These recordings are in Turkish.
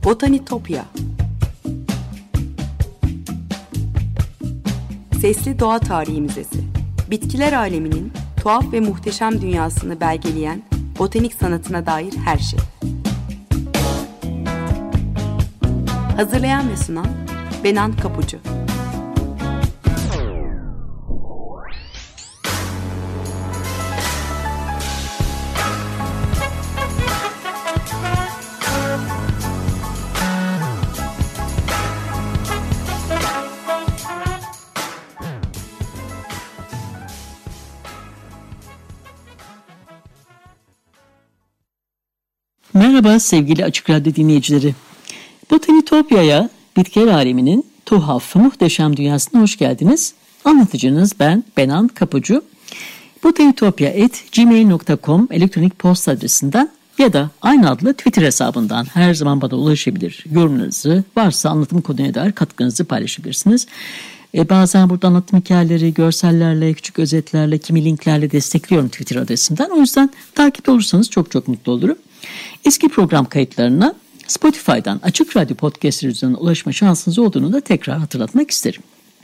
Botanitopya. Sesli Doğa Tarihi Müzesi. Bitkiler aleminin tuhaf ve muhteşem dünyasını belgeleyen botanik sanatına dair her şey. Hazırlayan ve sunan Benan Kapucu. Merhaba sevgili Açık Radyo dinleyicileri. Botanitopya'ya, bitkiler aleminin tuhaf, muhteşem dünyasına hoş geldiniz. Anlatıcınız ben Benan Kapucu. botanitopya@gmail.com elektronik posta adresinden ya da aynı adlı Twitter hesabından her zaman bana ulaşabilir. Yorumlarınızı, varsa anlatım konuya dair katkınızı paylaşabilirsiniz. Bazen burada anlattığım hikayeleri görsellerle, küçük özetlerle, kimi linklerle destekliyorum Twitter adresinden. O yüzden takip olursanız çok mutlu olurum. Eski program kayıtlarına Spotify'dan Açık Radyo Podcast'leri üzerinden ulaşma şansınız olduğunu da tekrar hatırlatmak isterim.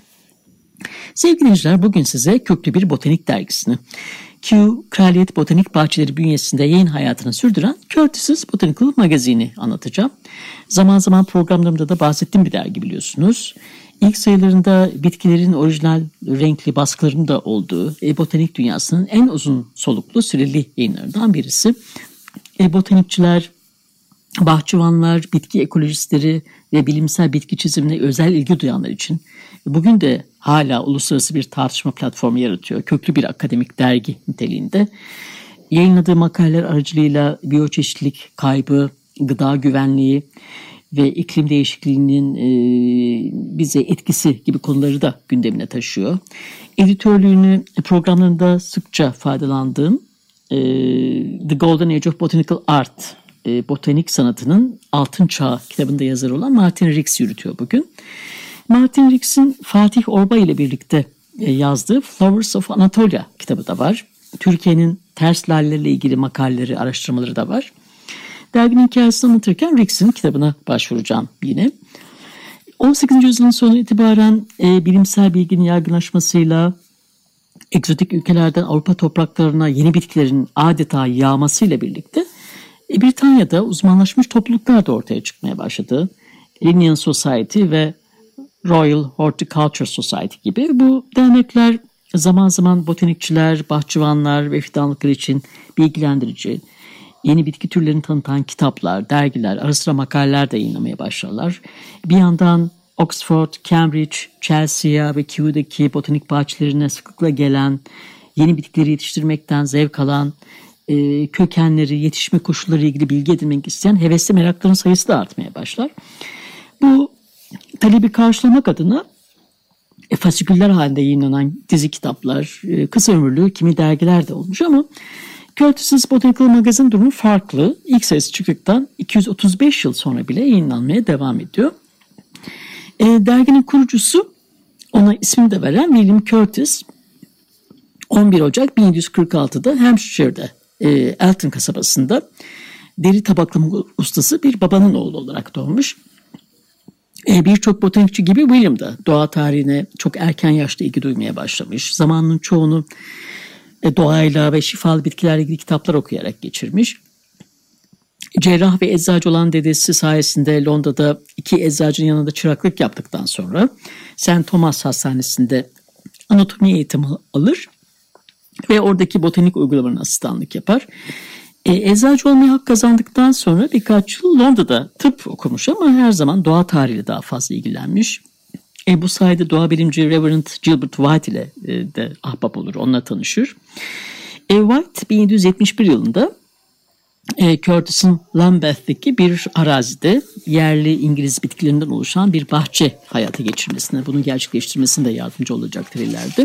Sevgili dinleyiciler, bugün size köklü bir botanik dergisini, Kew Kraliyet Botanik Bahçeleri bünyesinde yayın hayatını sürdüren Curtis's Botanical Magazine'i anlatacağım. Zaman zaman programlarımda da bahsettiğim bir dergi biliyorsunuz. İlk sayılarında bitkilerin orijinal renkli baskılarının da olduğu botanik dünyasının en uzun soluklu süreli yayınlarından birisi. Botanikçiler, bahçıvanlar, bitki ekolojistleri ve bilimsel bitki çizimine özel ilgi duyanlar için bugün de hala uluslararası bir tartışma platformu yaratıyor. Köklü bir akademik dergi niteliğinde. Yayınladığı makaleler aracılığıyla biyoçeşitlilik kaybı, gıda güvenliği ve iklim değişikliğinin bize etkisi gibi konuları da gündemine taşıyor. Editörlüğünü programlarında sıkça faydalandığım The Golden Age of Botanical Art, botanik sanatının altın çağı kitabında yazarı olan Martin Rix yürütüyor bugün. Martin Rix'in Fatih Orbay ile birlikte yazdığı Flowers of Anatolia kitabı da var. Türkiye'nin ters lalelerle ilgili makaleleri, araştırmaları da var. Derginin hikayesini anlatırken Rix'in kitabına başvuracağım yine. 18. yüzyılın sonu itibaren bilimsel bilginin yaygınlaşmasıyla egzotik ülkelerden Avrupa topraklarına yeni bitkilerin adeta yağmasıyla birlikte Britanya'da uzmanlaşmış topluluklar da ortaya çıkmaya başladı. Linnean Society ve Royal Horticultural Society gibi bu dernekler zaman zaman botanikçiler, bahçıvanlar ve fidanlıklar için bilgilendirici, yeni bitki türlerini tanıtan kitaplar, dergiler, ara sıra makaleler de yayınlamaya başlarlar. Bir yandan Oxford, Cambridge, Chelsea ve Kew'deki botanik bahçelerine sıklıkla gelen, yeni bitkileri yetiştirmekten zevk alan, kökenleri, yetişme koşulları ile ilgili bilgi edinmek isteyen hevesli merakların sayısı da artmaya başlar. Bu talebi karşılamak adına fasiküller halinde yayınlanan dizi kitaplar, kısa ömürlü kimi dergiler de olmuş ama Curtis's Botanical Magazine durumu farklı. İlk sayısı çıktıktan 235 yıl sonra bile yayınlanmaya devam ediyor. Derginin kurucusu, ona ismini de veren William Curtis, 11 Ocak 1746'da Hampshire'de Elton kasabasında deri tabaklama ustası bir babanın oğlu olarak doğmuş. Birçok botanikçi gibi William da doğa tarihine çok erken yaşta ilgi duymaya başlamış. Zamanının çoğunu doğayla ve şifalı bitkilerle ilgili kitaplar okuyarak geçirmiş. Cerrah ve eczacı olan dedesi sayesinde Londra'da 2 eczacının yanında çıraklık yaptıktan sonra St. Thomas Hastanesi'nde anatomi eğitimi alır ve oradaki botanik uygulamalarına asistanlık yapar. Eczacı olmaya hak kazandıktan sonra birkaç yıl Londra'da tıp okumuş ama her zaman doğa tarihiyle daha fazla ilgilenmiş. Bu sayede doğa bilimci Reverend Gilbert White ile de ahbap olur, onunla tanışır. White 1771 yılında Curtis'in Lambeth'teki bir arazide yerli İngiliz bitkilerinden oluşan bir bahçe hayata geçirmesine, bunu gerçekleştirmesine de yardımcı olacaktır ileride.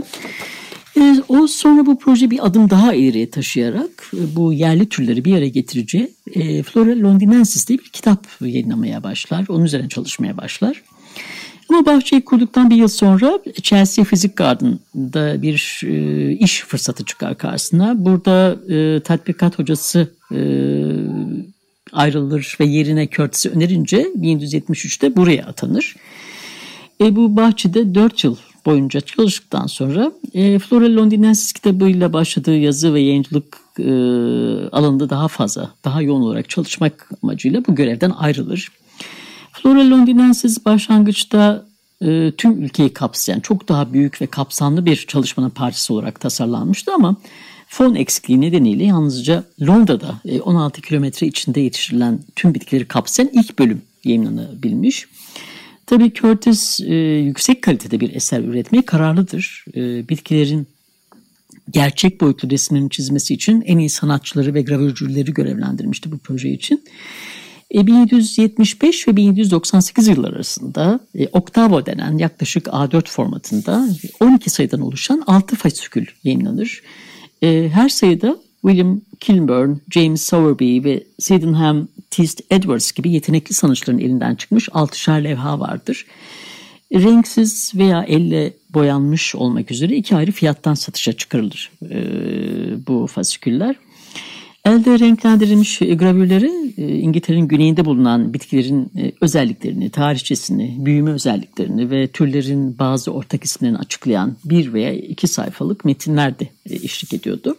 O sonra bu proje bir adım daha ileriye taşıyarak bu yerli türleri bir araya getireceği Flora Londinensis diye bir kitap yayınlamaya başlar. Onun üzerine çalışmaya başlar. Ama bahçeyi kurduktan bir yıl sonra Chelsea Physic Garden'da bir iş fırsatı çıkar karşısına. Burada tatbikat hocası ayrılır ve yerine Curtis'i önerince 1773'te buraya atanır. Bu bahçede 4 yıl boyunca çalıştıktan sonra Flora Londinensis kitabıyla başladığı yazı ve yayıncılık alanında daha yoğun olarak çalışmak amacıyla bu görevden ayrılır. Flora Londinensis başlangıçta tüm ülkeyi kapsayan çok daha büyük ve kapsamlı bir çalışmanın parçası olarak tasarlanmıştı ama fon eksikliği nedeniyle yalnızca Londra'da 16 kilometre içinde yetiştirilen tüm bitkileri kapsayan ilk bölüm yayınlanabilmiş. Tabii Curtis yüksek kalitede bir eser üretmeye kararlıdır. Bitkilerin gerçek boyutlu resimlerini çizmesi için en iyi sanatçıları ve gravürcüleri görevlendirmişti bu proje için. 1775 ve 1798 yılları arasında Octavo denen yaklaşık A4 formatında 12 sayıdan oluşan 6 fasikül yayınlanır. Her sayıda William Kilburn, James Sowerby ve Sydenham T. Edwards gibi yetenekli sanatçıların elinden çıkmış 6'şer levha vardır. Renksiz veya elle boyanmış olmak üzere 2 ayrı fiyattan satışa çıkarılır bu fasiküller. Elde renklendirilmiş gravürleri İngiltere'nin güneyinde bulunan bitkilerin özelliklerini, tarihçesini, büyüme özelliklerini ve türlerin bazı ortak isimlerini açıklayan 1 veya 2 sayfalık metinler de eşlik ediyordu.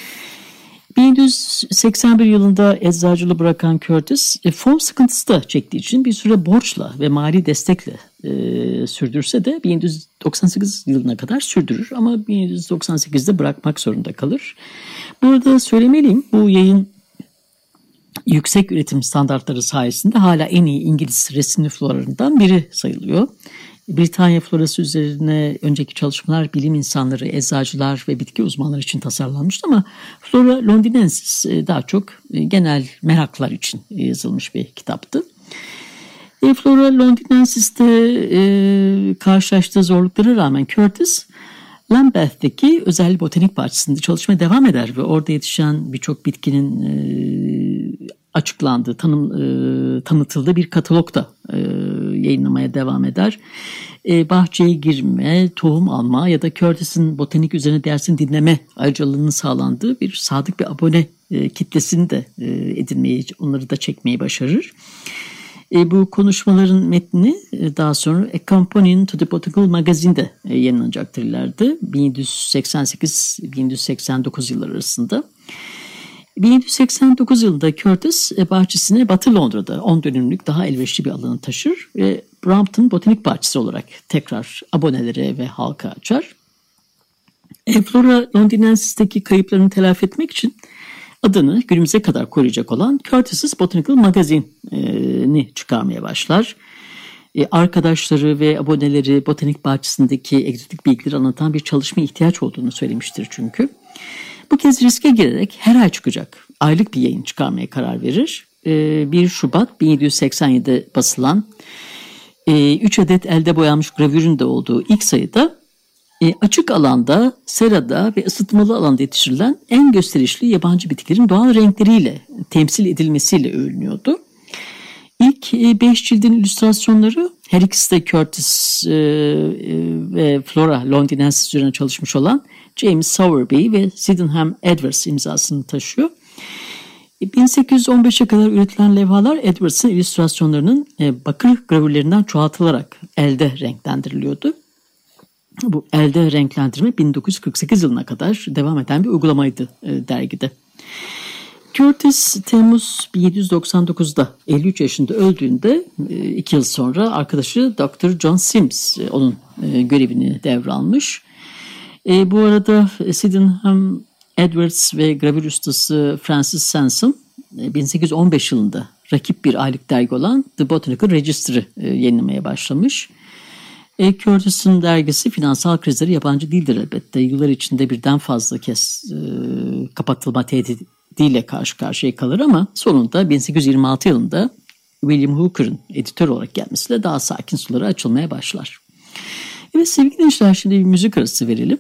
1781 yılında eczacılığı bırakan Curtis, fon sıkıntısı da çektiği için bir süre borçla ve mali destekle sürdürse de 1798 yılına kadar sürdürür ama 1798'de bırakmak zorunda kalır. Burada söylemeliyim, bu yayın yüksek üretim standartları sayesinde hala en iyi İngiliz resimli floralarından biri sayılıyor. Britanya florası üzerine önceki çalışmalar bilim insanları, eczacılar ve bitki uzmanları için tasarlanmıştı ama Flora Londinensis daha çok genel meraklar için yazılmış bir kitaptı. Flora Londinensis'te karşılaştığı zorluklara rağmen Curtis, Lambeth'teki özel botanik bahçesinde çalışmaya devam eder ve orada yetişen birçok bitkinin açıklandığı, tanıtıldığı bir katalog da yayınlamaya devam eder. Bahçeye girme, tohum alma ya da Curtis'in botanik üzerine dersini dinleme ayrıcalığının sağlandığı bir sadık bir abone kitlesini de edinmeyi, onları da çekmeyi başarır. Bu konuşmaların metni daha sonra A Companion to the Botanical Magazine'de yayınlanacaktır ileride 1788-1789 yılları arasında. 1789 yılında Curtis bahçesine Batı Londra'da 10 dönümlük daha elverişli bir alanı taşır ve Brompton Botanik Bahçesi olarak tekrar abonelere ve halka açar. Flora Londinensis'teki kayıplarını telafi etmek için adını günümüze kadar koruyacak olan Curtis's Botanical Magazine'i çıkarmaya başlar. Arkadaşları ve aboneleri botanik bahçesindeki egzotik bilgileri anlatan bir çalışma ihtiyaç olduğunu söylemiştir çünkü. Bu kez riske girerek her ay çıkacak aylık bir yayın çıkarmaya karar verir. 1 Şubat 1787'de basılan 3 adet elde boyanmış gravürün de olduğu ilk sayıda açık alanda, serada ve ısıtmalı alanda yetiştirilen en gösterişli yabancı bitkilerin doğal renkleriyle temsil edilmesiyle övülüyordu. İlk 5 cildin illüstrasyonları her ikisi de Curtis ve Flora Londinensis üzerine çalışmış olan James Sowerby ve Sydenham Edwards imzasını taşıyor. 1815'e kadar üretilen levhalar Edwards'ın illüstrasyonlarının bakır gravürlerinden çoğaltılarak elde renklendiriliyordu. Bu elde renklendirme 1948 yılına kadar devam eden bir uygulamaydı dergide. Curtis Temmuz 1799'da 53 yaşında öldüğünde 2 yıl sonra arkadaşı Dr. John Sims onun görevini devralmış. Bu arada Sydenham Edwards ve gravür ustası Francis Sansom 1815 yılında rakip bir aylık dergi olan The Botanical Register'ı yayınlamaya başlamış. Curtis'in dergisi finansal krizleri yabancı değildir elbette. Yıllar içinde birden fazla kez kapatılma tehdidiyle karşı karşıya kalır ama sonunda 1826 yılında William Hooker'ın editör olarak gelmesiyle daha sakin sulara açılmaya başlar. Evet sevgili dinleyiciler, şimdi bir müzik arası verelim.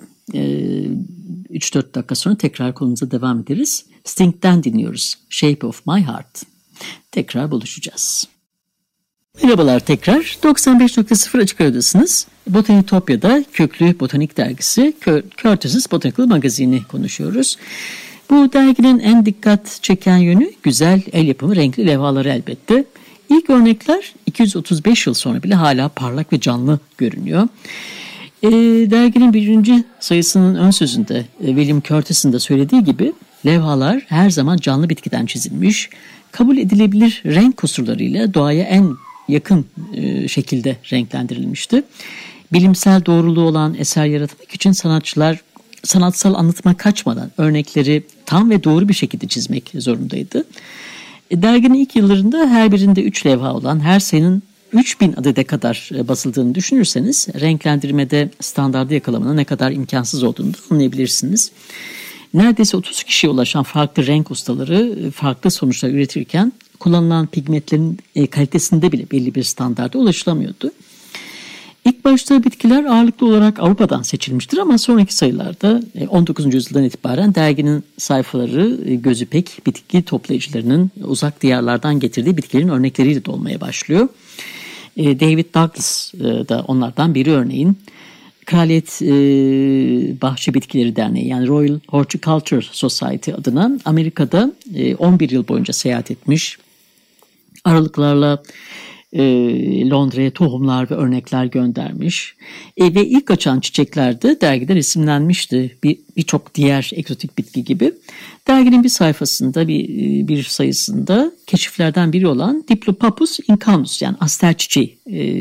3-4 dakika sonra tekrar konumuza devam ederiz. Sting'den dinliyoruz. Shape of My Heart. Tekrar buluşacağız. Merhabalar tekrar. 95.0 Açık Radyo'dasınız. Botanitopya'da köklü botanik dergisi Curtis's Botanical Magazine'i konuşuyoruz. Bu derginin en dikkat çeken yönü güzel el yapımı renkli levhaları elbette. İlk örnekler 235 yıl sonra bile hala parlak ve canlı görünüyor. Derginin 1. sayısının ön sözünde William Curtis'in de söylediği gibi levhalar her zaman canlı bitkiden çizilmiş, kabul edilebilir renk kusurlarıyla doğaya en yakın şekilde renklendirilmişti. Bilimsel doğruluğu olan eser yaratmak için sanatçılar sanatsal anlatıma kaçmadan örnekleri tam ve doğru bir şekilde çizmek zorundaydı. Derginin ilk yıllarında her birinde 3 levha olan her sayının 3000 adede kadar basıldığını düşünürseniz renklendirmede standardı yakalamanın ne kadar imkansız olduğunu da anlayabilirsiniz. Neredeyse 30 kişiye ulaşan farklı renk ustaları farklı sonuçlar üretirken kullanılan pigmentlerin kalitesinde bile belli bir standarda ulaşılamıyordu. İlk başta bitkiler ağırlıklı olarak Avrupa'dan seçilmiştir ama sonraki sayılarda 19. yüzyıldan itibaren derginin sayfaları gözü pek bitki toplayıcılarının uzak diyarlardan getirdiği bitkilerin örnekleriyle dolmaya başlıyor. David Douglas da onlardan biri örneğin. Kraliyet Bahçe Bitkileri Derneği yani Royal Horticulture Society adına Amerika'da 11 yıl boyunca seyahat etmiş. Aralıklarla Londra'ya tohumlar ve örnekler göndermiş. Ve ilk açan çiçekler de dergide resimlenmişti. Birçok diğer egzotik bitki gibi. Derginin bir sayfasında, bir sayısında keşiflerden biri olan Diplopapus incanus yani aster çiçeği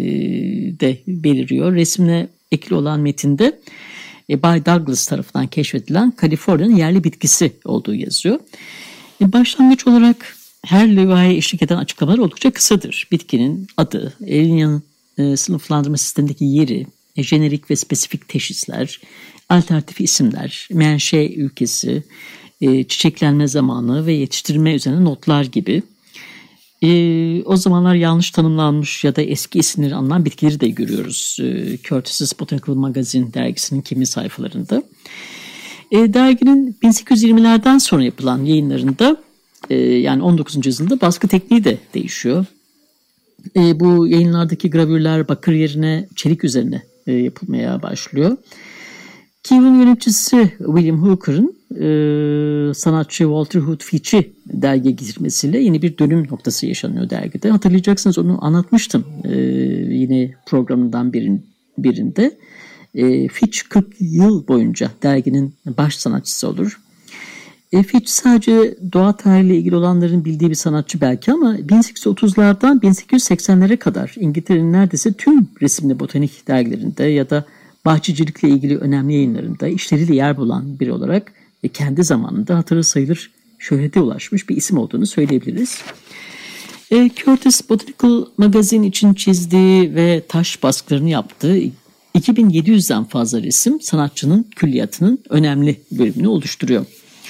de beliriyor. Resimle ekli olan metinde Bay Douglas tarafından keşfedilen Kaliforniya'nın yerli bitkisi olduğu yazıyor. Başlangıç olarak her levhaya eşlik eden açıklamalar oldukça kısadır. Bitkinin adı, Linnean sınıflandırma sistemindeki yeri, jenerik ve spesifik teşhisler, alternatif isimler, menşe ülkesi, çiçeklenme zamanı ve yetiştirme üzerine notlar gibi. O zamanlar yanlış tanımlanmış ya da eski isimleri anılan bitkileri de görüyoruz. Curtis's Botanical Magazine dergisinin kimi sayfalarında. Derginin 1820'lerden sonra yapılan yayınlarında yani 19. yüzyılda baskı tekniği de değişiyor. Bu yayınlardaki gravürler bakır yerine çelik üzerine yapılmaya başlıyor. Keew'un yöneticisi William Hooker'ın sanatçı Walter Hood Fitch'i dergiye getirmesiyle yeni bir dönüm noktası yaşanıyor dergide. Hatırlayacaksınız onu anlatmıştım yine programından birinde. Fitch 40 yıl boyunca derginin baş sanatçısı olur. Fitch sadece doğa tarihiyle ilgili olanların bildiği bir sanatçı belki ama 1830'lardan 1880'lere kadar İngiltere'nin neredeyse tüm resimli botanik dergilerinde ya da bahçecilikle ilgili önemli yayınlarında işleriyle yer bulan biri olarak kendi zamanında hatırı sayılır şöhrete ulaşmış bir isim olduğunu söyleyebiliriz. Curtis Botanical Magazine için çizdiği ve taş baskılarını yaptığı 2700'den fazla resim sanatçının külliyatının önemli bölümünü oluşturuyor.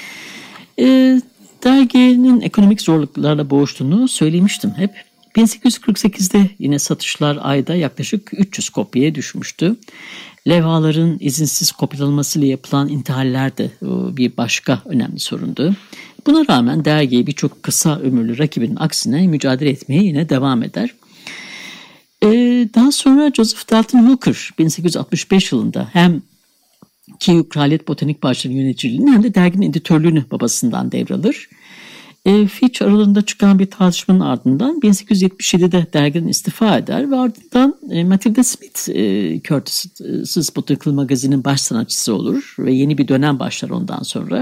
Derginin ekonomik zorluklarla boğuştuğunu söylemiştim hep. 1848'de yine satışlar ayda yaklaşık 300 kopyaya düşmüştü. Levhaların izinsiz kopyalanmasıyla yapılan intihaller de bir başka önemli sorundu. Buna rağmen dergi birçok kısa ömürlü rakibinin aksine mücadele etmeye yine devam eder. Daha sonra Joseph Dalton Hooker 1865 yılında hem Kew Kraliyet Botanik Bahçelerinin yöneticiliğini hem de derginin editörlüğünü babasından devralır. Fitch aralarında çıkan bir tartışmanın ardından 1877'de dergiden istifa eder ve ardından Matilda Smith Curtis's Botanical Magazine'in baş sanatçısı olur ve yeni bir dönem başlar ondan sonra.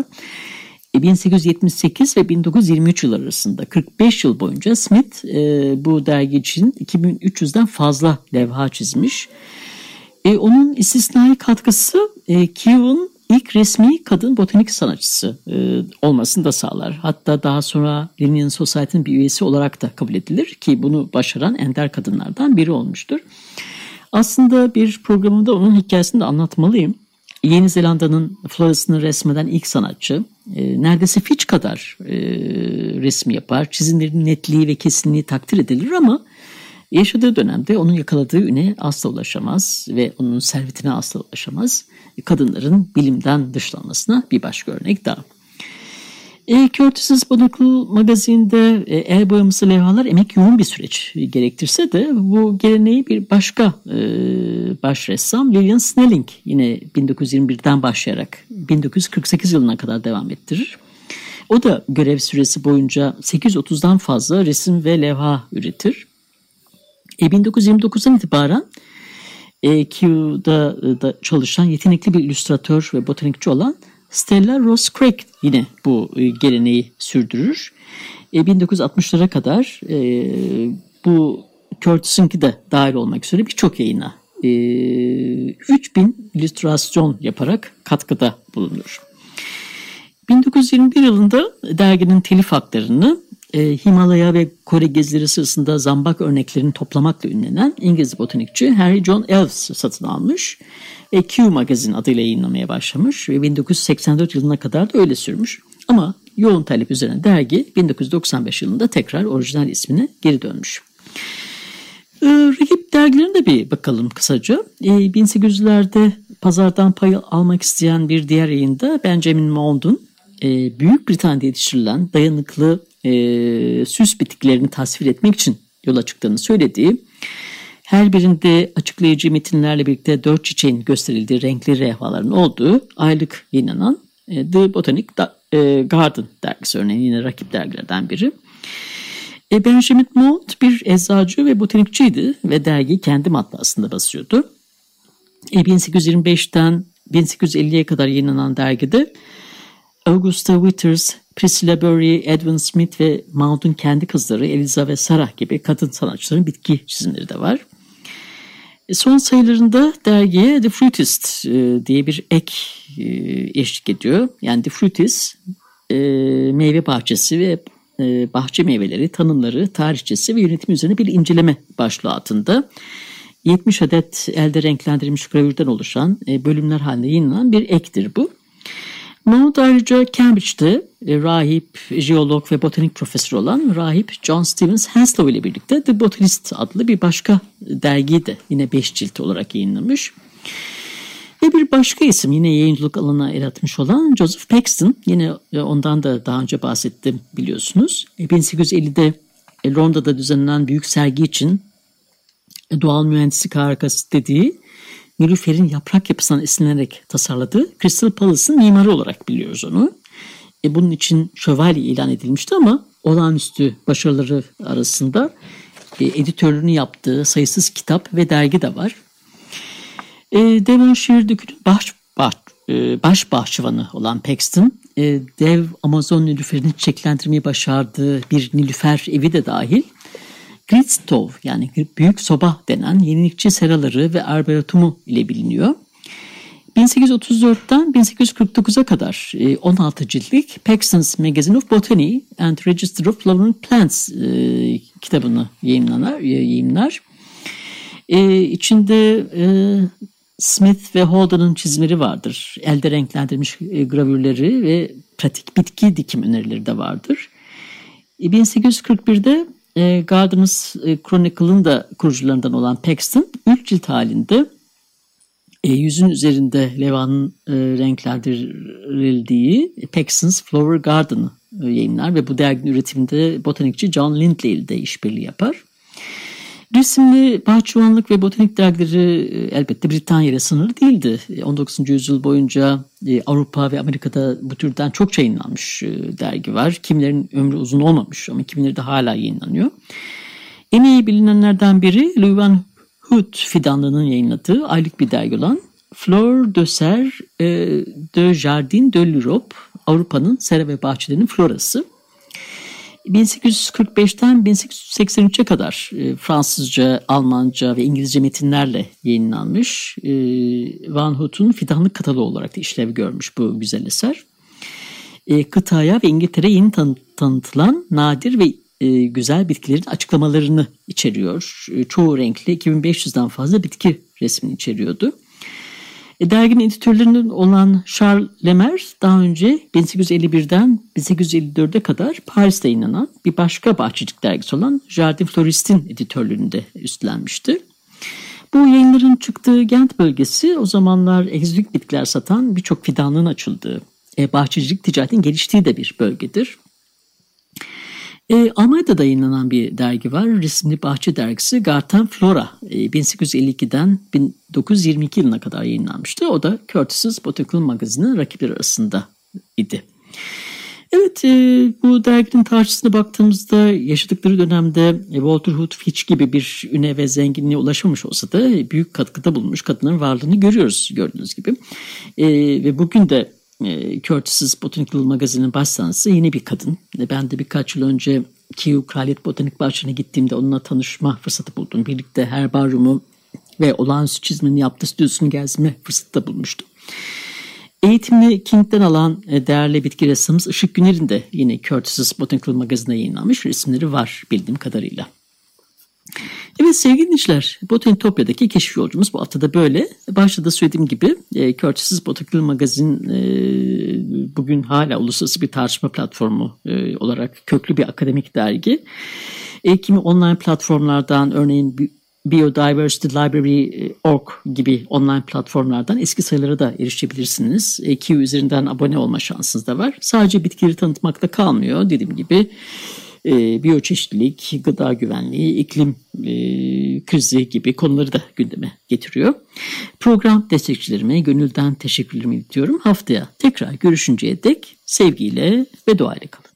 1878 ve 1923 yılları arasında 45 yıl boyunca Smith bu dergi için 2300'den fazla levha çizmiş. Onun istisnai katkısı Kew'un ilk resmi kadın botanik sanatçısı olmasını da sağlar. Hatta daha sonra Linnean Society'nin bir üyesi olarak da kabul edilir ki bunu başaran ender kadınlardan biri olmuştur. Aslında bir programımda onun hikayesini de anlatmalıyım. Yeni Zelanda'nın florasını resmeden ilk sanatçı. Neredeyse Fitch kadar resim yapar. Çizimlerinin netliği ve kesinliği takdir edilir ama yaşadığı dönemde onun yakaladığı üne asla ulaşamaz ve onun servetine asla ulaşamaz. Kadınların bilimden dışlanmasına bir başka örnek daha. Curtis's Botanical Magazine'de el boyaması levhalar emek yoğun bir süreç gerektirse de bu geleneği bir başka baş ressam Lillian Snelling yine 1921'den başlayarak 1948 yılına kadar devam ettirir. O da görev süresi boyunca 830'dan fazla resim ve levha üretir. 1929'dan itibaren Kew da çalışan yetenekli bir illüstratör ve botanikçi olan Stella Ross Craig yine bu geleneği sürdürür. 1960'lara kadar bu Curtis'inki de dahil olmak üzere birçok yayına 3000 illüstrasyon yaparak katkıda bulunur. 1921 yılında derginin telif haklarını Himalaya ve Kore gezileri sırasında zambak örneklerini toplamakla ünlenen İngiliz botanikçi Henry John Elves satın almış. Kew Magazine adıyla yayınlamaya başlamış ve 1984 yılına kadar da öyle sürmüş. Ama yoğun talep üzerine dergi 1995 yılında tekrar orijinal ismine geri dönmüş. Rakip dergilerine de bir bakalım kısaca. 1800'lerde pazardan pay almak isteyen bir diğer yayında Benjamin Maund'un Büyük Britanya'da yetiştirilen dayanıklı süs bitkilerini tasvir etmek için yola çıktığını söylediği, her birinde açıklayıcı metinlerle birlikte 4 çiçeğin gösterildiği renkli levhaların olduğu aylık yayınlanan The Botanic Garden dergisi örneğin yine rakip dergilerden biri. Benjamin Maund bir eczacı ve botanikçiydi ve dergi kendi matbaasında basıyordu. 1825'ten 1850'ye kadar yayınlanan dergide Augusta Withers, Priscilla Bury, Edwin Smith ve Maund'un kendi kızları Eliza ve Sarah gibi kadın sanatçıların bitki çizimleri de var. Son sayılarında dergiye The Fruitist diye bir ek eşlik ediyor. Yani The Fruitist meyve bahçesi ve bahçe meyveleri, tanımları, tarihçesi ve yönetimi üzerine bir inceleme başlığı altında 70 adet elde renklendirilmiş gravürden oluşan bölümler halinde yayınlanan bir ektir bu. Maund ayrıca Cambridge'de rahip, jeolog ve botanik profesörü olan rahip John Stevens Henslow ile birlikte The Botanist adlı bir başka dergiyi de yine 5 cilt olarak yayınlamış. Ve bir başka isim yine yayıncılık alanına el atmış olan Joseph Paxton, yine ondan da daha önce bahsettim biliyorsunuz. 1850'de Londra'da düzenlenen büyük sergi için doğal mühendislik harikası dediği nilüferin yaprak yapısından esinlenerek tasarladığı Crystal Palace'ın mimarı olarak biliyoruz onu. Bunun için şövalye ilan edilmişti ama olağanüstü başarıları arasında editörlüğünü yaptığı sayısız kitap ve dergi de var. Devonshire Dükü'nün baş bahçıvanı olan Paxton, dev Amazon nilüferini çiçeklendirmeyi başardığı bir nilüfer evi de dahil Great Stove yani büyük soba denen yenilikçi seraları ve arboretumu ile biliniyor. 1834'ten 1849'a kadar 16 ciltlik Paxton's Magazine of Botany and Register of Flowering Plants kitabını yayınlar. İçinde Smith ve Holden'ın çizimleri vardır. Elde renklendirilmiş gravürleri ve pratik bitki dikim önerileri de vardır. 1841'de Gardeners Chronicle'ın da kurucularından olan Paxton 3 cilt halinde yüzün üzerinde levhanın renklendirildiği Paxton's Flower Garden'ı yayınlar ve bu derginin üretiminde botanikçi John Lindley ile de işbirliği yapar. Resimli bahçıvanlık ve botanik dergileri elbette Britanya ile sınırlı değildi. 19. yüzyıl boyunca Avrupa ve Amerika'da bu türden çok yayınlanmış dergi var. Kimilerin ömrü uzun olmamış ama kimileri de hala yayınlanıyor. En iyi bilinenlerden biri Louis Van Hout fidanlığının yayınladığı aylık bir dergi olan Flore de Serre de Jardin de l'Europe, Avrupa'nın sera ve bahçelerinin florası. 1845'ten 1883'e kadar Fransızca, Almanca ve İngilizce metinlerle yayınlanmış. Van Hout'un fidanlık kataloğu olarak da işlev görmüş bu güzel eser. Kıtaya ve İngiltere'ye yeni tanıtılan nadir ve güzel bitkilerin açıklamalarını içeriyor. Çoğu renkli 2500'den fazla bitki resmini içeriyordu. Derginin editörlerinden olan Charles Lemaire daha önce 1851'den 1854'e kadar Paris'te yayınlanan bir başka bahçecilik dergisi olan Jardin Florist'in editörlüğünü de üstlenmişti. Bu yayınların çıktığı Gent bölgesi o zamanlar egzotik bitkiler satan birçok fidanlığın açıldığı, bahçecilik ticaretin geliştiği de bir bölgedir. Almanya'da da yayınlanan bir dergi var. Resimli bahçe dergisi Garten Flora 1852'den 1922 yılına kadar yayınlanmıştı. O da Curtis's Botanical Magazine'in rakipleri arasında idi. Evet, bu derginin tarihçesine baktığımızda yaşadıkları dönemde Walter Hood Fitch gibi bir üne ve zenginliğe ulaşmamış olsa da büyük katkıda bulunmuş kadınların varlığını görüyoruz gördüğünüz gibi. Ve bugün de Curtis's Botanical Magazine'in başsanatçısı yine bir kadın. Ben de birkaç yıl önce Kew Kraliyet Botanik Bahçesi'ne gittiğimde onunla tanışma fırsatı buldum. Birlikte herbaryumu ve olağanüstü çizimini yaptığı stüdyosunu gezme fırsatı da bulmuştum. Eğitimini King'den alan değerli bitki ressamımız Işık Güner'in de yine Curtis's Botanical Magazine'de yayınlanmış resimleri var bildiğim kadarıyla. Evet sevgili dinleyiciler, Botanitopya'daki keşif yolcumuz bu hafta da böyle. Başta da söylediğim gibi Curtis's Botanical Magazine bugün hala uluslararası bir tartışma platformu olarak köklü bir akademik dergi. Kimi online platformlardan örneğin Biodiversity Library.org gibi online platformlardan eski sayılara da erişebilirsiniz. Kew üzerinden abone olma şansınız da var. Sadece bitkileri tanıtmakta kalmıyor. Dediğim gibi biyoçeşitlilik, gıda güvenliği, iklim krizi gibi konuları da gündeme getiriyor. Program destekçilerime gönülden teşekkürlerimi iletiyorum. Haftaya tekrar görüşünceye dek sevgiyle ve duayla kalın.